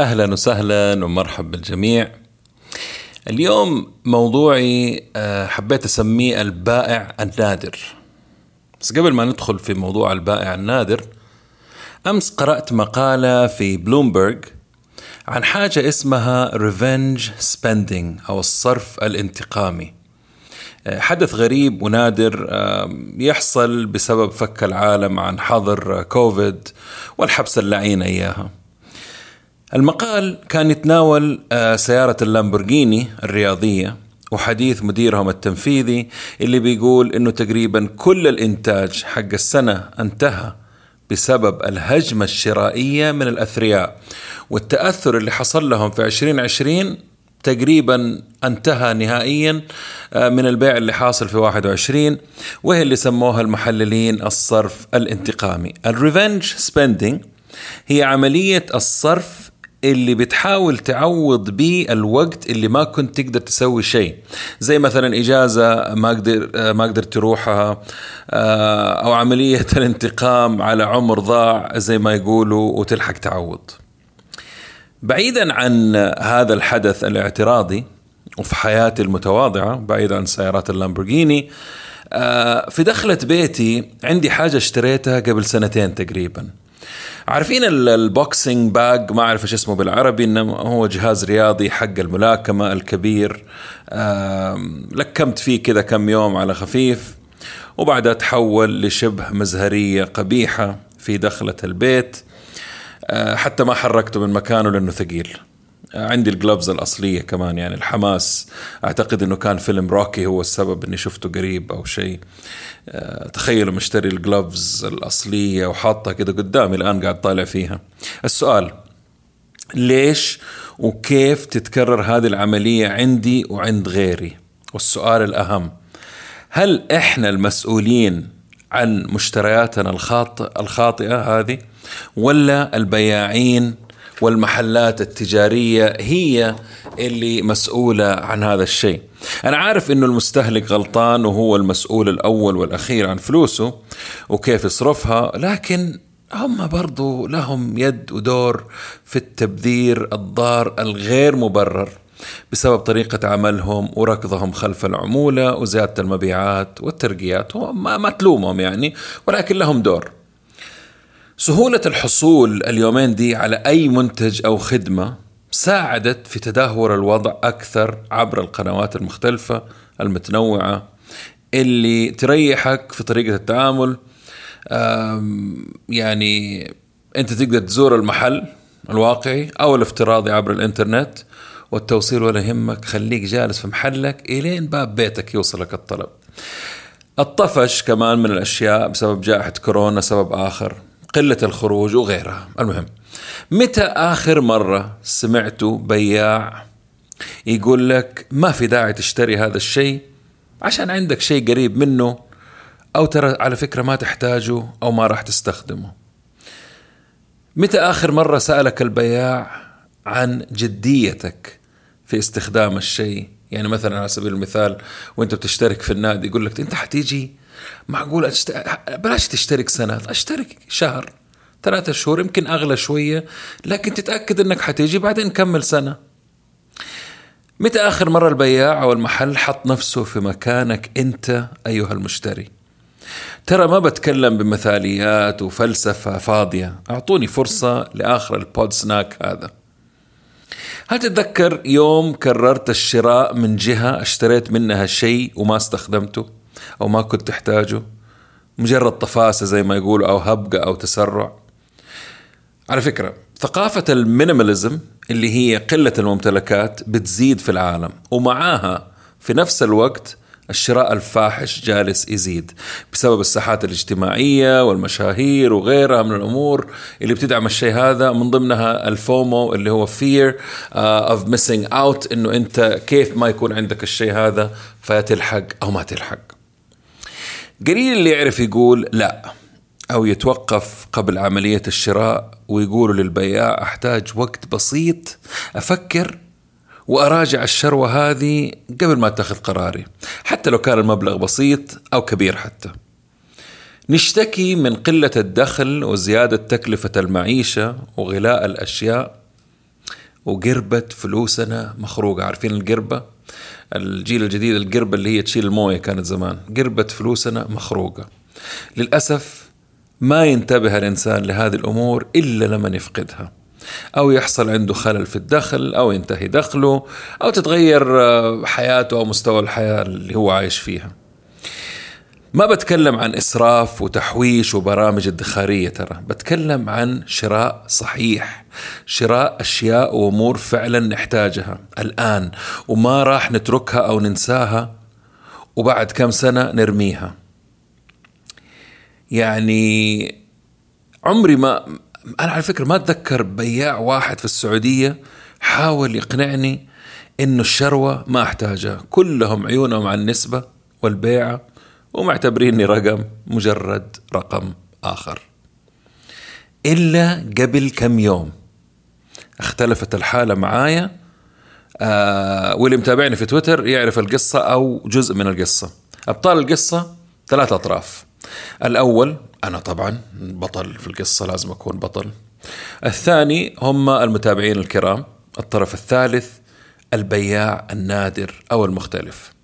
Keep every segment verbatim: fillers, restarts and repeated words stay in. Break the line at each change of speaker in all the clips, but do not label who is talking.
أهلا وسهلا ومرحب بالجميع. اليوم موضوعي حبيت أسميه البائع النادر. بس قبل ما ندخل في موضوع البائع النادر، أمس قرأت مقالة في بلومبرج عن حاجة اسمها revenge spending أو الصرف الانتقامي. حدث غريب ونادر يحصل بسبب فك العالم عن حظر كوفيد والحبس اللعين إياها. المقال كان يتناول سيارة اللامبورغيني الرياضية وحديث مديرهم التنفيذي اللي بيقول إنه تقريبا كل الإنتاج حق السنة انتهى بسبب الهجمة الشرائية من الأثرياء، والتأثر اللي حصل لهم في عشرين عشرين تقريبا انتهى نهائيا من البيع اللي حاصل في واحد وعشرين، وهي اللي سموها المحللين الصرف الانتقامي. الريفنج سبيندينج هي عملية الصرف اللي بتحاول تعوض بيه الوقت اللي ما كنت تقدر تسوي شيء، زي مثلا إجازة ما قدر ما قدر تروحها، أو عملية الانتقام على عمر ضاع زي ما يقولوا وتلحق تعوض. بعيدا عن هذا الحدث الاعتراضي وفي حياتي المتواضعة، بعيدا عن سيارات اللامبورغيني، في دخلة بيتي عندي حاجة اشتريتها قبل سنتين تقريبا. عارفين البوكسينج باج، ما أعرف إيش اسمه بالعربي، إنه هو جهاز رياضي حق الملاكمة الكبير. لكمت فيه كذا كم يوم على خفيف، وبعدها تحول لشبه مزهرية قبيحة في دخلة البيت، حتى ما حركته من مكانه لأنه ثقيل. عندي الجلوفز الأصلية كمان، يعني الحماس أعتقد أنه كان فيلم روكي هو السبب أني شفته قريب أو شيء. تخيلوا مشتري الجلوفز الأصلية وحاطها كده قدامي الآن قاعد طالع فيها. السؤال: ليش وكيف تتكرر هذه العملية عندي وعند غيري؟ والسؤال الأهم: هل إحنا المسؤولين عن مشترياتنا الخاطئة الخاطئة هذه، ولا البياعين والمحلات التجارية هي اللي مسؤولة عن هذا الشيء؟ أنا عارف إنه المستهلك غلطان وهو المسؤول الأول والأخير عن فلوسه وكيف يصرفها، لكن هم برضو لهم يد ودور في التبذير الضار الغير مبرر بسبب طريقة عملهم وركضهم خلف العمولة وزيادة المبيعات والترقيات. ما تلومهم يعني، ولكن لهم دور. سهولة الحصول اليومين دي على أي منتج أو خدمة ساعدت في تدهور الوضع أكثر عبر القنوات المختلفة المتنوعة اللي تريحك في طريقة التعامل. يعني أنت تقدر تزور المحل الواقعي أو الافتراضي عبر الإنترنت، والتوصيل ولا يهمك، خليك جالس في محلك إلين باب بيتك يوصلك الطلب. الطفش كمان من الأشياء بسبب جائحة كورونا سبب آخر، قلة الخروج وغيرها. المهم، متى آخر مرة سمعتوا بياع يقول لك ما في داعي تشتري هذا الشيء عشان عندك شيء قريب منه، أو ترى على فكرة ما تحتاجه أو ما راح تستخدمه؟ متى آخر مرة سألك البياع عن جديتك في استخدام الشيء؟ يعني مثلا على سبيل المثال، وانت بتشترك في النادي يقول لك انت حتيجي، معقول أشت... بلاش تشترك سنة، اشترك شهر ثلاثة شهور، يمكن أغلى شوية لكن تتأكد أنك حتيجي بعدين كمل سنة. متى آخر مرة البياع أو المحل حط نفسه في مكانك أنت أيها المشتري؟ ترى ما بتكلم بمثاليات وفلسفة فاضية، أعطوني فرصة لآخر البود سناك هذا. هل تتذكر يوم كررت الشراء من جهة اشتريت منها شيء وما استخدمته أو ما كنت تحتاجه، مجرد طفاسة زي ما يقولوا أو هبقة أو تسرع؟ على فكرة، ثقافة المينيماليزم اللي هي قلة الممتلكات بتزيد في العالم، ومعاها في نفس الوقت الشراء الفاحش جالس يزيد بسبب الساحات الاجتماعية والمشاهير وغيرها من الأمور اللي بتدعم الشيء هذا، من ضمنها الفومو اللي هو fear of missing out، إنه أنت كيف ما يكون عندك الشيء هذا فتلحق أو ما تلحق. قليل اللي يعرف يقول لا أو يتوقف قبل عملية الشراء ويقول للبياع أحتاج وقت بسيط أفكر وأراجع الشروة هذه قبل ما أتخذ قراري، حتى لو كان المبلغ بسيط أو كبير. حتى نشتكي من قلة الدخل وزيادة تكلفة المعيشة وغلاء الأشياء، وقربة فلوسنا مخروقة. عارفين القربة؟ الجيل الجديد القربة اللي هي تشيل الموية كانت زمان. قربة فلوسنا مخروقة. للأسف ما ينتبه الإنسان لهذه الأمور إلا لما يفقدها، أو يحصل عنده خلل في الدخل، أو ينتهي دخله، أو تتغير حياته أو مستوى الحياة اللي هو عايش فيها. ما بتكلم عن إسراف وتحويش وبرامج ادخارية، ترى بتكلم عن شراء صحيح، شراء أشياء وأمور فعلا نحتاجها الآن وما راح نتركها أو ننساها وبعد كم سنة نرميها. يعني عمري ما أنا على فكرة ما أتذكر بياع واحد في السعودية حاول يقنعني إنه الشروة ما أحتاجها. كلهم عيونهم عن النسبة والبيعة ومعتبريني رقم، مجرد رقم آخر. إلا قبل كم يوم اختلفت الحالة معايا. آه واللي متابعني في تويتر يعرف القصة أو جزء من القصة. أبطال القصة ثلاثة أطراف. الأول أنا طبعا بطل في القصة، لازم أكون بطل. الثاني هم المتابعين الكرام. الطرف الثالث البياع النادر أو المختلف.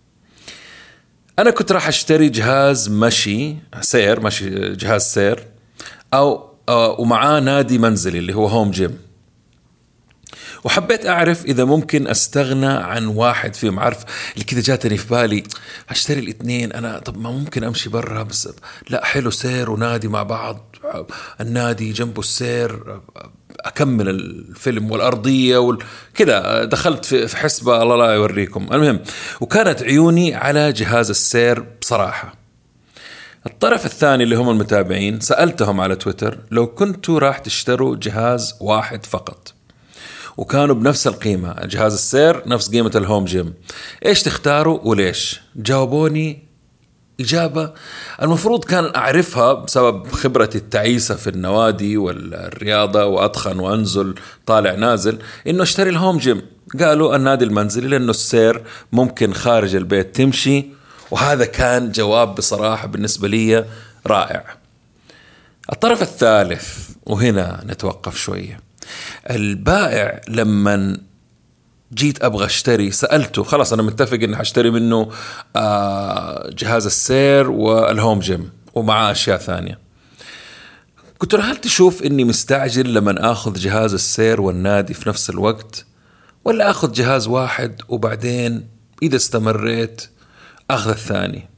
أنا كنت راح أشتري جهاز مشي سير، مشي جهاز سير، أو ومعاه نادي منزلي اللي هو هوم جيم، وحبيت أعرف إذا ممكن أستغنى عن واحد فيهم. عارف اللي كده جاتني في بالي أشتري الاثنين أنا، طب ما ممكن أمشي برا، بس لا حلو سير ونادي مع بعض، النادي جنبه السير، أكمل الفيلم والأرضية وال... كده دخلت في حسبة الله لا يوريكم. المهم، وكانت عيوني على جهاز السير بصراحة. الطرف الثاني اللي هم المتابعين سألتهم على تويتر لو كنتوا راح تشتروا جهاز واحد فقط وكانوا بنفس القيمة، جهاز السير نفس قيمة الهوم جيم، إيش تختاروا وليش؟ جاوبوني إجابة المفروض كان أعرفها بسبب خبرتي التعيسة في النوادي والرياضة، وأدخن وأنزل طالع نازل، إنه اشتري الهوم جيم. قالوا النادي المنزلي لأنه السير ممكن خارج البيت تمشي، وهذا كان جواب بصراحة بالنسبة لي رائع. الطرف الثالث، وهنا نتوقف شوية، البائع لما جيت أبغى أشتري سألته، خلاص أنا متفق إني هشتري منه جهاز السير والهوم جيم ومعاه أشياء ثانية. قلت له هل تشوف إني مستعجل لما أخذ جهاز السير والنادي في نفس الوقت، ولا أخذ جهاز واحد وبعدين إذا استمريت أخذ الثاني؟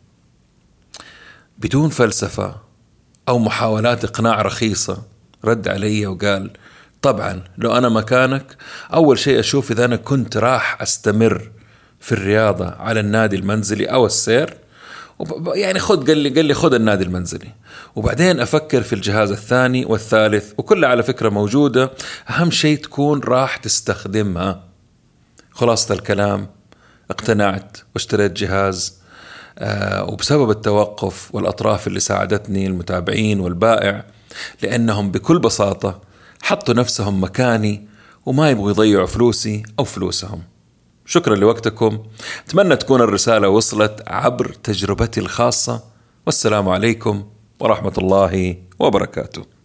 بدون فلسفة أو محاولات إقناع رخيصة رد علي وقال طبعا لو أنا مكانك أول شيء أشوف إذا أنا كنت راح أستمر في الرياضة على النادي المنزلي أو السير، يعني خد قال لي قال لي خد النادي المنزلي، وبعدين أفكر في الجهاز الثاني والثالث، وكلها على فكرة موجودة، أهم شيء تكون راح تستخدمها. خلاصة الكلام اقتنعت واشتريت جهاز، آه وبسبب التوقف والأطراف اللي ساعدتني المتابعين والبائع، لأنهم بكل بساطة حطوا نفسهم مكاني وما يبغوا يضيعوا فلوسي أو فلوسهم. شكرا لوقتكم، أتمنى تكون الرسالة وصلت عبر تجربتي الخاصة، والسلام عليكم ورحمة الله وبركاته.